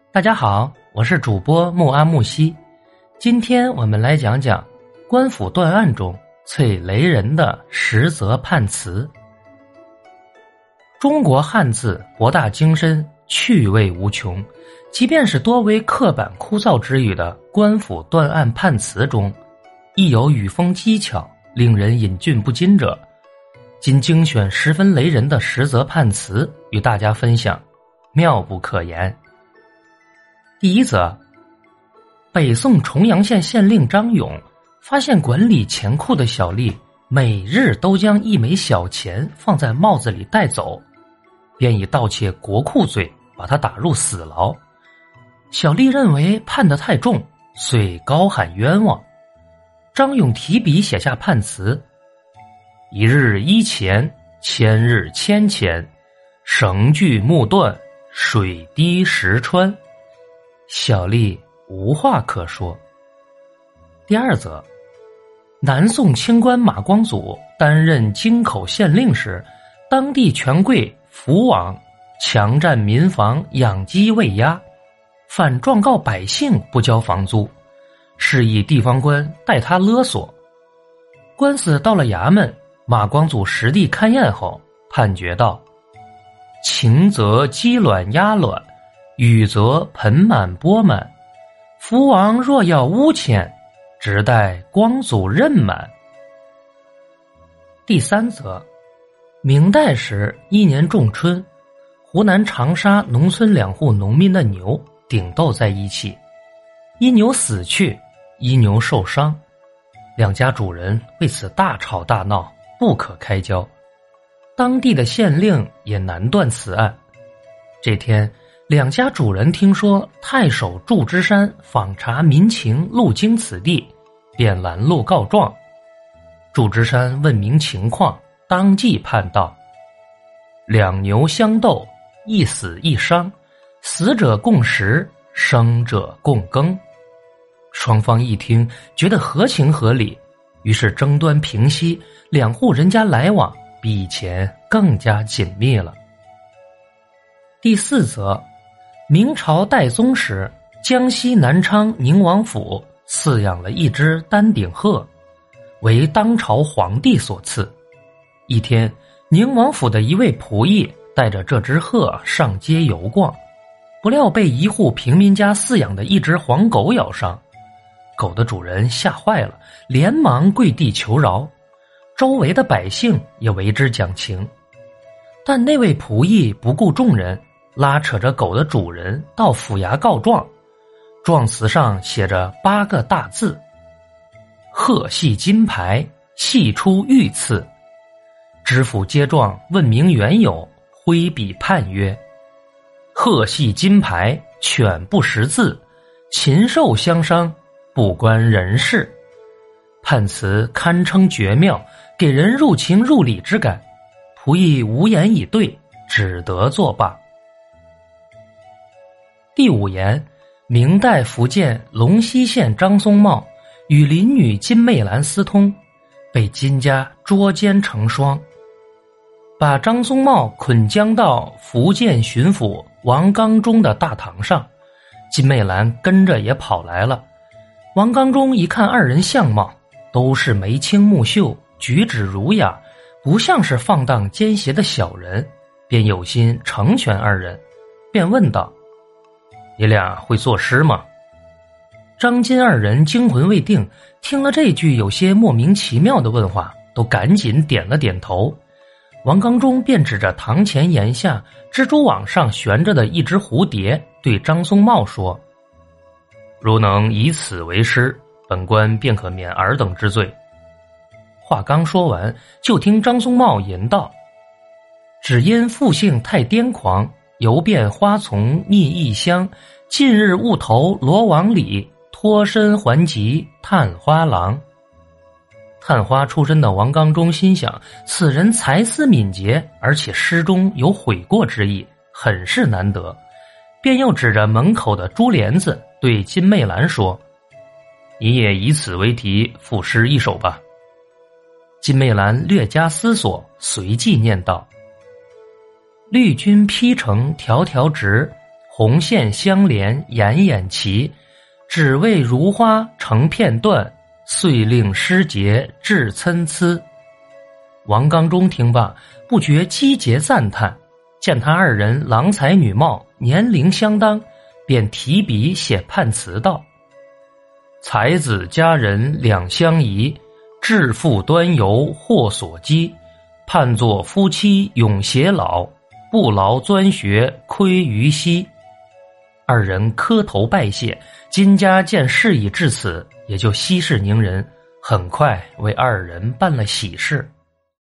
大家好，我是主播木阿木西。今天我们来讲讲官府断案中最雷人的实则判词。中国汉字博大精深，趣味无穷，即便是多为刻板枯燥之语的官府断案判词中，亦有语风机巧，令人引俊不禁者。今精选十分雷人的实则判词与大家分享，妙不可言。第一则，北宋重阳县县令张勇发现管理钱库的小吏每日都将一枚小钱放在帽子里带走，便以盗窃国库罪把他打入死牢。小吏认为判得太重，遂高喊冤枉。张勇提笔写下判词：一日一钱，千日千钱，绳锯木断，水滴石穿。小吏无话可说。第二则，南宋清官马光祖担任京口县令时，当地权贵福王强占民房养鸡喂鸭，反状告百姓不交房租，示意地方官代他勒索。官司到了衙门，马光祖实地勘验后判决道：晴则鸡卵鸭卵，雨则盆满钵满，福王若要诬陷，只待光祖任满。第三则，明代时一年仲春，湖南长沙农村两户农民的牛顶斗在一起，一牛死去，一牛受伤，两家主人为此大吵大闹，不可开交。当地的县令也难断此案。这天，两家主人听说太守祝枝山访查民情路经此地，便拦路告状。祝枝山问明情况，当即判道：两牛相斗，一死一伤，死者共食，生者共耕。双方一听，觉得合情合理，于是争端平息，两户人家来往比以前更加紧密了。第四则，明朝代宗时，江西南昌宁王府饲养了一只丹顶鹤，为当朝皇帝所赐。一天，宁王府的一位仆役带着这只鹤上街游逛，不料被一户平民家饲养的一只黄狗咬伤。狗的主人吓坏了，连忙跪地求饶，周围的百姓也为之讲情。但那位仆役不顾众人，拉扯着狗的主人到府衙告状，状词上写着8个大字：鹤系金牌，系出御赐。知府接状问明缘由，挥笔判曰：鹤系金牌，犬不识字，禽兽相伤，不关人事。判词堪称绝妙，给人入情入理之感。仆役无言以对，只得作罢。第五言，明代福建龙溪县张松茂与邻女金媚兰私通，被金家捉奸成双，把张松茂捆将到福建巡抚王刚中的大堂上，金媚兰跟着也跑来了。王刚中一看二人相貌都是眉清目秀，举止儒雅，不像是放荡奸邪的小人，便有心成全二人，便问道：你俩会作诗吗？张金二人惊魂未定，听了这句有些莫名其妙的问话，都赶紧点了点头。王刚中便指着堂前檐下蜘蛛网上悬着的一只蝴蝶，对张松茂说：如能以此为诗，本官便可免尔等之罪。话刚说完，就听张松茂吟道：只因复性太癫狂，游遍花丛觅异香，近日误投罗网里，脱身还及探花郎。探花出身的王刚中心想，此人才思敏捷，而且诗中有悔过之意，很是难得，便又指着门口的珠帘子对金媚兰说：你也以此为题赋诗一首吧。金媚兰略加思索，随即念道：绿军披成条条直， 红线相连掩掩齐，只为如花成片段，遂令诗节至参差。王刚中听罢，不觉击节赞叹，见他二人郎才女貌，年龄相当，便提笔写判词道：才子佳人两相宜，致富端游或所积，盼作夫妻永偕老，不劳钻学亏于兮。二人磕头拜谢，金家见事已至此，也就息事宁人，很快为二人办了喜事。